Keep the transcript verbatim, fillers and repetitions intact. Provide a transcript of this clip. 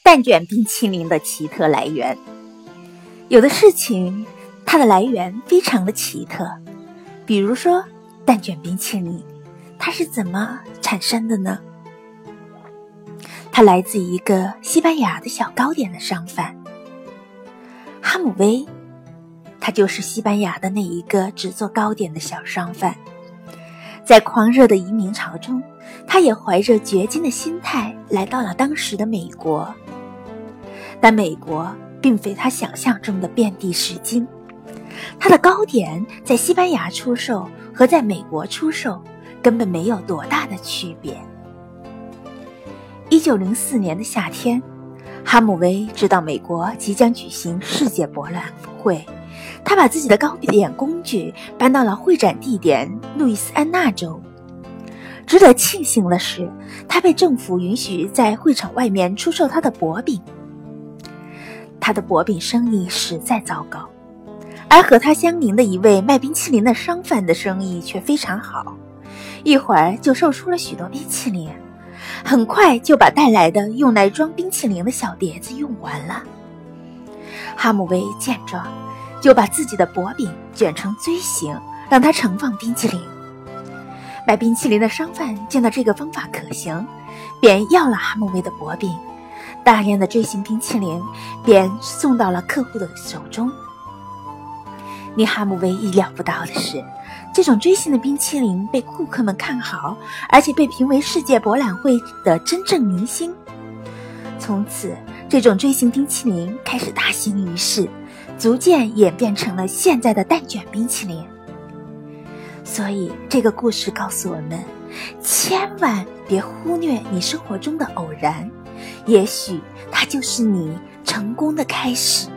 蛋卷冰淇淋的奇特来源。有的事情它的来源非常的奇特，比如说蛋卷冰淇淋，它是怎么产生的呢？它来自一个西班牙的小糕点的商贩哈姆威，他就是西班牙的那一个只做糕点的小商贩。在狂热的移民潮中，他也怀着掘金的心态来到了当时的美国。但美国并非他想象中的遍地是金，他的糕点在西班牙出售和在美国出售根本没有多大的区别。一九零四年的夏天，哈姆威知道美国即将举行世界博览会，他把自己的糕点工具搬到了会展地点路易斯安那州。值得庆幸的是，他被政府允许在会场外面出售他的薄饼。他的薄饼生意实在糟糕，而和他相邻的一位卖冰淇淋的商贩的生意却非常好，一会儿就售出了许多冰淇淋，很快就把带来的用来装冰淇淋的小碟子用完了。哈姆威见状，就把自己的薄饼卷成锥形，让它盛放冰淇淋。卖冰淇淋的商贩见到这个方法可行，便要了哈姆威的薄饼，大量的锥形冰淇淋便送到了客户的手中。令哈姆威意料不到的是，这种锥形的冰淇淋被顾客们看好，而且被评为世界博览会的真正明星。从此，这种锥形冰淇淋开始大行于世，逐渐演变成了现在的蛋卷冰淇淋。所以这个故事告诉我们，千万别忽略你生活中的偶然，也许它就是你成功的开始。